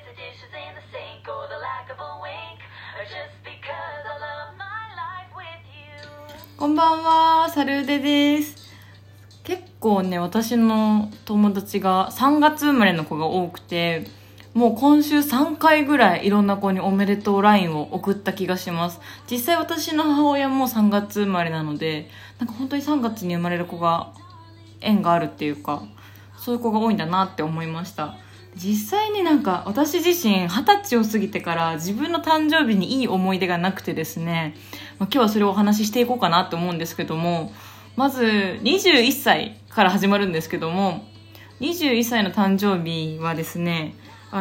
dishes in the sink or the lack of a wink or just because I love my life with you。 こんばんは、サルーデです。結構ね、私の友達が3月生まれの子が多くて、もう今週3回ぐらいいろんな子におめでとう LINE を送った気がします。実際私の母親も3月生まれなので、なんか本当に3月に生まれる子が縁があるっていうか、そういう子が多いんだなって思いました。実際になんか私自身20歳を過ぎてから自分の誕生日にいい思い出がなくてですね、今日はそれをお話ししていこうかなと思うんですけども、まず21歳から始まるんですけども、21歳の誕生日はですね、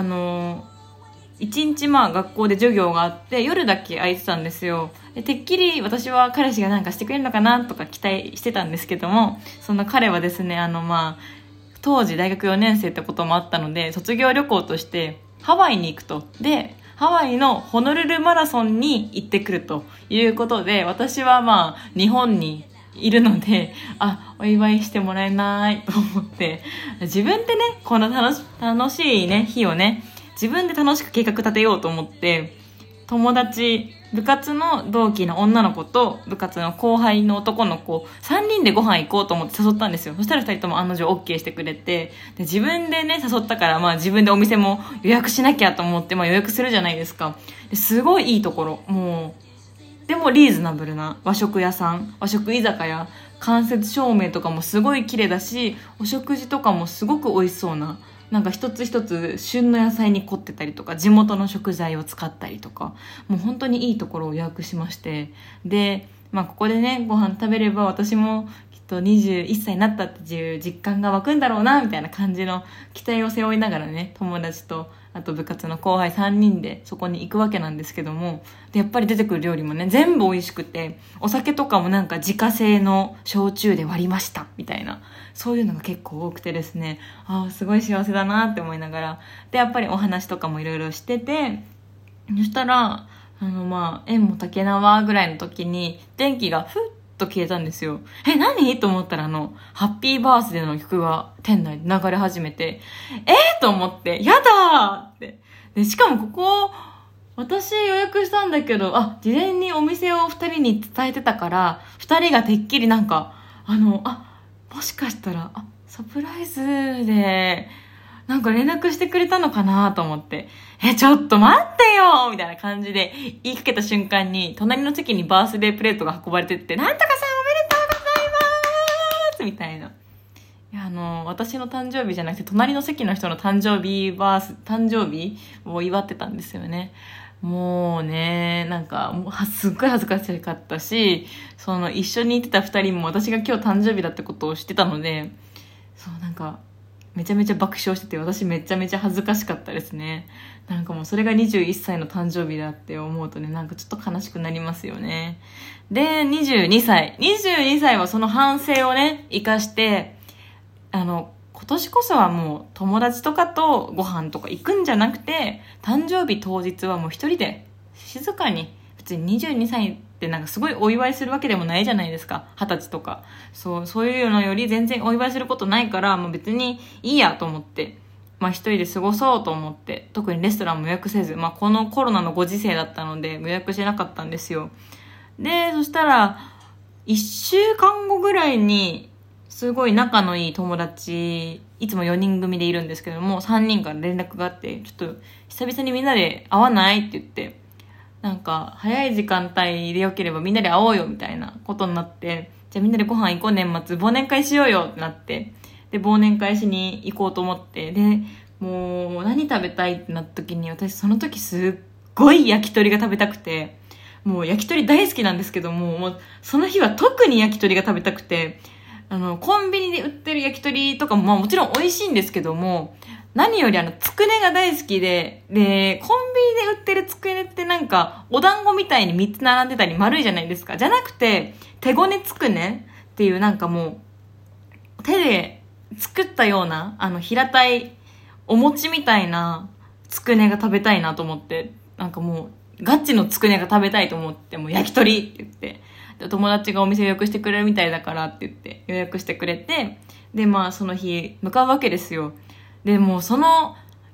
一日学校で授業があって夜だけ空いてたんですよ。でてっきり私は彼氏がなんかしてくれるのかなとか期待してたんですけども、そんな彼はですね、当時大学4年生ってこともあったので、卒業旅行としてハワイに行くと。で、ハワイのホノルルマラソンに行ってくるということで、私は日本にいるので、お祝いしてもらえないと思って、自分でね、この楽しいね、日をね、自分で楽しく計画立てようと思って、友達、部活の同期の女の子と部活の後輩の男の子3人でご飯行こうと思って誘ったんですよ。そしたら2人とも案の定 OK してくれて、で自分でね誘ったから自分でお店も予約しなきゃと思って予約するじゃないですか。ですごいいいところ、もうでもリーズナブルな和食屋さん、和食居酒屋、間接照明とかもすごい綺麗だし、お食事とかもすごく美味しそうな、なんか一つ一つ旬の野菜に凝ってたりとか、地元の食材を使ったりとか、もう本当にいいところを予約しまして、で、ここでねご飯食べれば私もきっと21歳になったっていう実感が湧くんだろうなみたいな感じの期待を背負いながらね、友達とあと部活の後輩3人でそこに行くわけなんですけども、でやっぱり出てくる料理もね全部美味しくて、お酒とかもなんか自家製の焼酎で割りましたみたいな、そういうのが結構多くてですね、すごい幸せだなって思いながら、でやっぱりお話とかもいろいろしてて、そしたら縁も竹縄ぐらいの時に電気がふっと消えたんですよ。何と思ったらハッピーバースデーの曲が店内で流れ始めて、と思って、やだーって。で、しかもここ、私予約したんだけど、事前にお店を2人に伝えてたから、2人がてっきりなんか、もしかしたら、サプライズで、なんか連絡してくれたのかなと思って、ちょっと待ってよみたいな感じで言いかけた瞬間に、隣の席にバースデープレートが運ばれてって、なんとかさんおめでとうございますみたいな。いや、私の誕生日じゃなくて、隣の席の人の誕生日を祝ってたんですよね。もうね、なんか、すっごい恥ずかしかったし、一緒に行ってた2人も私が今日誕生日だってことを知ってたので、なんか、めちゃめちゃ爆笑してて、私めちゃめちゃ恥ずかしかったですね。なんかもうそれが21歳の誕生日だって思うとね、なんかちょっと悲しくなりますよね。で、22歳はその反省をね、生かして、今年こそはもう友達とかとご飯とか行くんじゃなくて、誕生日当日はもう一人で静かに、別に22歳ってなんかすごいお祝いするわけでもないじゃないですか。20歳とか。そういうのより全然お祝いすることないから、もう別にいいやと思って、一人で過ごそうと思って、特にレストランも予約せず、このコロナのご時世だったので予約しなかったんですよ。で、そしたら、1週間後ぐらいに、すごい仲のいい友達、いつも4人組でいるんですけども、3人から連絡があって、ちょっと久々にみんなで会わないって言って、なんか早い時間帯でよければみんなで会おうよみたいなことになって、じゃあみんなでご飯行こう、年末忘年会しようよってなって、で忘年会しに行こうと思って、でもう何食べたいってなった時に、私その時すっごい焼き鳥が食べたくて、もう焼き鳥大好きなんですけども、その日は特に焼き鳥が食べたくて、コンビニで売ってる焼き鳥とかももちろん美味しいんですけども、何よりつくねが大好きで、コンビニで売ってるつくねってなんかお団子みたいに3つ並んでたり丸いじゃないですか。じゃなくて手ごねつくねっていう、なんかもう手で作ったような平たいお餅みたいなつくねが食べたいなと思って、なんかもうガチのつくねが食べたいと思って、もう焼き鳥って言って、友達がお店予約してくれるみたいだからって言って予約してくれて、でその日向かうわけですよ。でもうその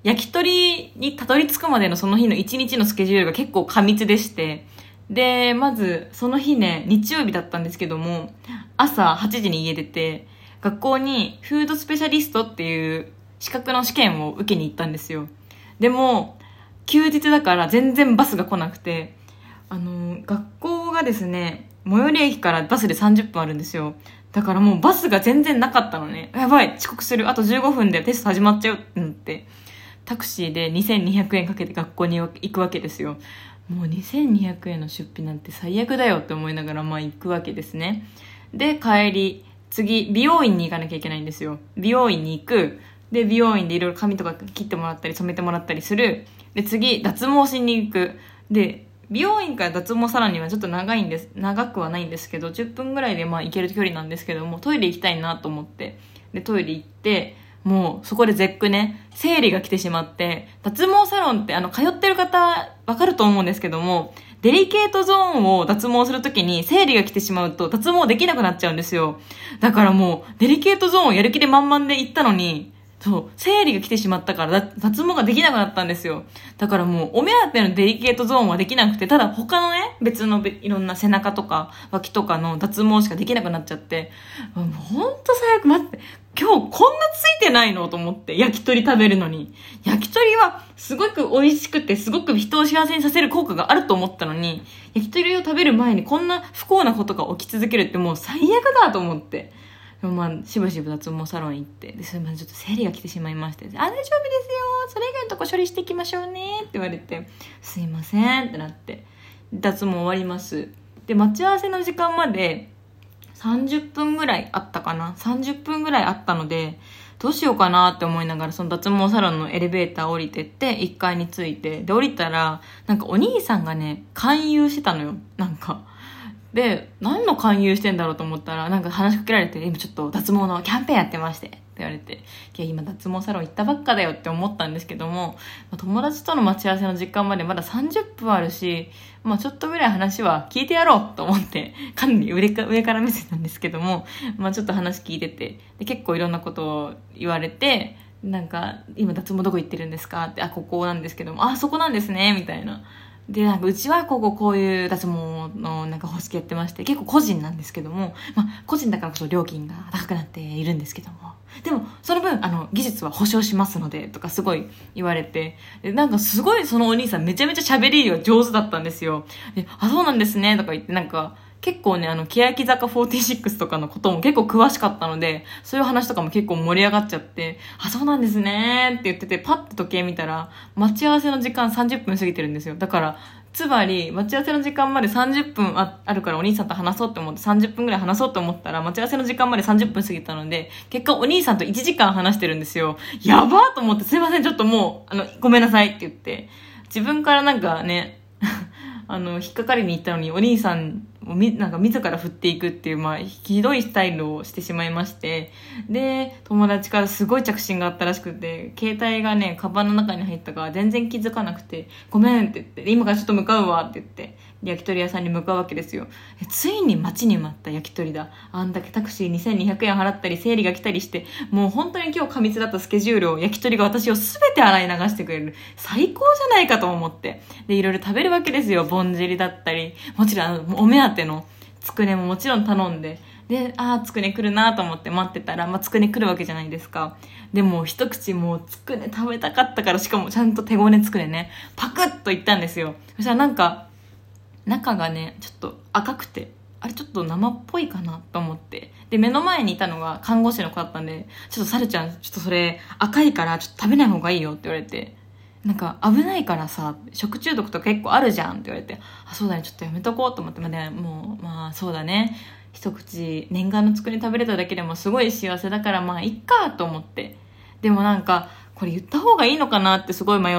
焼き鳥にたどり着くまでのその日の1日のスケジュールが結構過密でして、で、まずその日ね、日曜日だったんですけども、朝8時に家出て、学校にフードスペシャリストっていう資格の試験を受けに行ったんですよ。でも、休日だから全然バスが来なくて、学校がですね、最寄り駅からバスで30分あるんですよ。だからもうバスが全然なかったのね。やばい、遅刻する。あと15分でテスト始まっちゃうってなって、タクシーで2200円かけて学校に行くわけですよ。もう2200円の出費なんて最悪だよって思いながらまあ行くわけですね。で、帰り、次、美容院に行かなきゃいけないんですよ。美容院に行く。で、美容院でいろいろ髪とか切ってもらったり染めてもらったりする。で、次、脱毛しに行く。で、美容院から脱毛サロンにはちょっと長くはないんですけど、10分ぐらいでまあ行ける距離なんですけども、トイレ行きたいなと思って、で、トイレ行って、もうそこで絶句ね、生理が来てしまって、脱毛サロンって通ってる方わかると思うんですけども、デリケートゾーンを脱毛するときに生理が来てしまうと脱毛できなくなっちゃうんですよ。だからもうデリケートゾーンをやる気で満々で行ったのに、そう、生理が来てしまったから脱毛ができなくなったんですよ。だからもうお目当てのデリケートゾーンはできなくて、ただ他のね、別のいろんな背中とか脇とかの脱毛しかできなくなっちゃって、もうほんと最悪。待って、今日こんなついてないのと思って、焼き鳥食べるのに。焼き鳥はすごく美味しくて、すごく人を幸せにさせる効果があると思ったのに、焼き鳥を食べる前にこんな不幸なことが起き続けるってもう最悪だと思って。でもまあ、しぶしぶ脱毛サロン行って、で、それまでちょっと生理が来てしまいまして、大丈夫ですよ、それ以外のとこ処理していきましょうねって言われて、すいませんってなって、脱毛終わります。で、待ち合わせの時間まで、30分ぐらいあったかな ?30 分ぐらいあったので、どうしようかなって思いながら、その脱毛サロンのエレベーター降りてって、1階に着いて、で、降りたら、なんかお兄さんがね、勧誘してたのよ。なんか。で、何の勧誘してんだろうと思ったら、なんか話しかけられて、今ちょっと脱毛のキャンペーンやってまして、って言われて、いや、今脱毛サロン行ったばっかだよって思ったんですけども、友達との待ち合わせの時間までまだ30分あるし、まあちょっとぐらい話は聞いてやろうと思って、かなり上から目線なんですけども、まあちょっと話聞いてて、で結構いろんなことを言われて、なんか、今脱毛どこ行ってるんですかって、ここなんですけども、そこなんですね、みたいな。で、なんかうちはこういう脱毛のなんか方式やってまして、結構個人なんですけども、まあ個人だからこそ料金が高くなっているんですけども、でもその分技術は保証しますのでとかすごい言われて、でなんかすごいそのお兄さんめちゃめちゃ喋りが上手だったんですよ。で、そうなんですねとか言って、なんか結構ね、欅坂46とかのことも結構詳しかったので、そういう話とかも結構盛り上がっちゃって、そうなんですねって言ってて、パッと時計見たら、待ち合わせの時間30分過ぎてるんですよ。だから、つまり、待ち合わせの時間まで30分あるからお兄さんと話そうと思って30分くらい話そうと思ったら、待ち合わせの時間まで30分過ぎたので、結果お兄さんと1時間話してるんですよ。やばーと思って、すいません、ちょっともう、ごめんなさいって言って、自分からなんかね、引っかかりに行ったのにお兄さんをなんか自ら振っていくっていう、まあ、ひどいスタイルをしてしまいまして、で、友達からすごい着信があったらしくて、携帯がね、カバンの中に入ったから全然気づかなくて、ごめんって言って、今からちょっと向かうわって言って、焼き鳥屋さんに向かうわけですよ。ついに待ちに待った焼き鳥だ。あんだけタクシー2200円払ったり、生理が来たりして、もう本当に今日過密だったスケジュールを焼き鳥が私をすべて洗い流してくれる。最高じゃないかと思って。で、いろいろ食べるわけですよ。ぼんじりだったり、もちろんお目当てのつくねももちろん頼んで。で、つくね来るなと思って待ってたら、つくね来るわけじゃないですか。でも一口もうつくね食べたかったから、しかもちゃんと手ごねつくねね、パクッといったんですよ。そしたらなんか、中がね、ちょっと赤くて、あれちょっと生っぽいかなと思って。で、目の前にいたのが看護師の子だったんで、ちょっとサルちゃん、ちょっとそれ赤いからちょっと食べない方がいいよって言われて、なんか危ないからさ、食中毒とか結構あるじゃんって言われて、そうだね、ちょっとやめとこうと思って、まあそうだね。一口念願のつくね食べれただけでもすごい幸せだからまあいっかと思って。でもなんか、これ言った方がいいのかなってすごい迷って、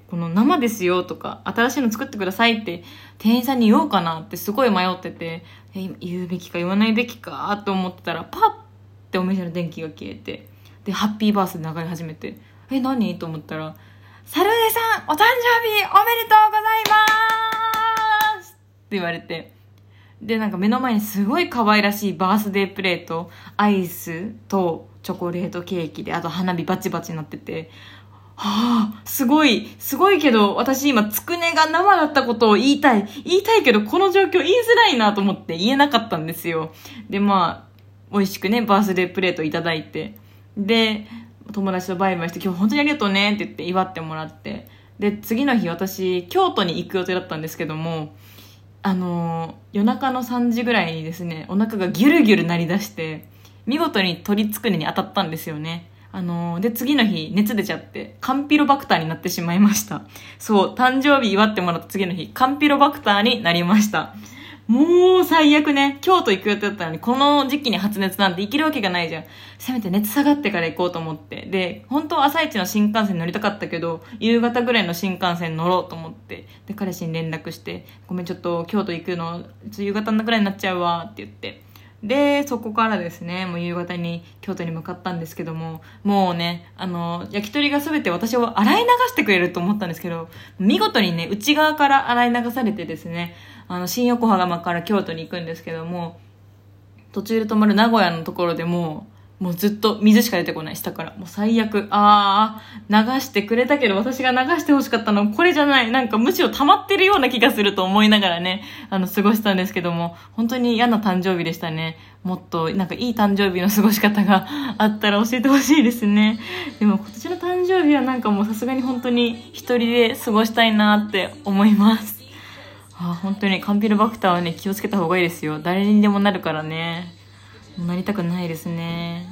この生ですよとか、新しいの作ってくださいって店員さんに言おうかなってすごい迷ってて、言うべきか言わないべきかと思ってたら、パッてお店の電気が消えて、で、ハッピーバースデー流れ始めて、何と思ったら、サルネさん、お誕生日おめでとうございますって言われて、で、なんか目の前にすごい可愛らしいバースデープレート、アイスとチョコレートケーキで、あと花火バチバチになってて、 すごいけど、私今、つくねが生だったことを言いたいけど、この状況言いづらいなと思って言えなかったんですよ。で、まあ、美味しくね、バースデープレートいただいて、で、友達とバイバイして、今日本当にありがとうねって言って祝ってもらって、で、次の日私、京都に行く予定だったんですけども、夜中の3時ぐらいにですね、お腹がギュルギュル鳴り出して、見事に鳥つくねに当たったんですよね。で、次の日、熱出ちゃって、カンピロバクターになってしまいました。そう、誕生日祝ってもらった次の日、カンピロバクターになりました。もう最悪ね、京都行く予定だったのに、この時期に発熱なんて行けるわけがないじゃん。せめて熱下がってから行こうと思って。で、本当は朝一の新幹線乗りたかったけど、夕方ぐらいの新幹線乗ろうと思って。で、彼氏に連絡して、ごめんちょっと京都行くの、夕方ぐらいになっちゃうわって言って。で、そこからですね、もう夕方に京都に向かったんですけども、もうね、焼き鳥がすべて私を洗い流してくれると思ったんですけど、見事にね、内側から洗い流されてですね、新横浜から京都に行くんですけども、途中で泊まる名古屋のところでもうずっと水しか出てこない、下から。もう最悪。流してくれたけど、私が流して欲しかったのはこれじゃない。なんかむしろ溜まってるような気がすると思いながらね、過ごしたんですけども、本当に嫌な誕生日でしたね。もっと、なんかいい誕生日の過ごし方があったら教えてほしいですね。でも今年の誕生日はなんかもうさすがに本当に一人で過ごしたいなって思います。本当にカンピロバクターはね、気をつけた方がいいですよ。誰にでもなるからね。なりたくないですね。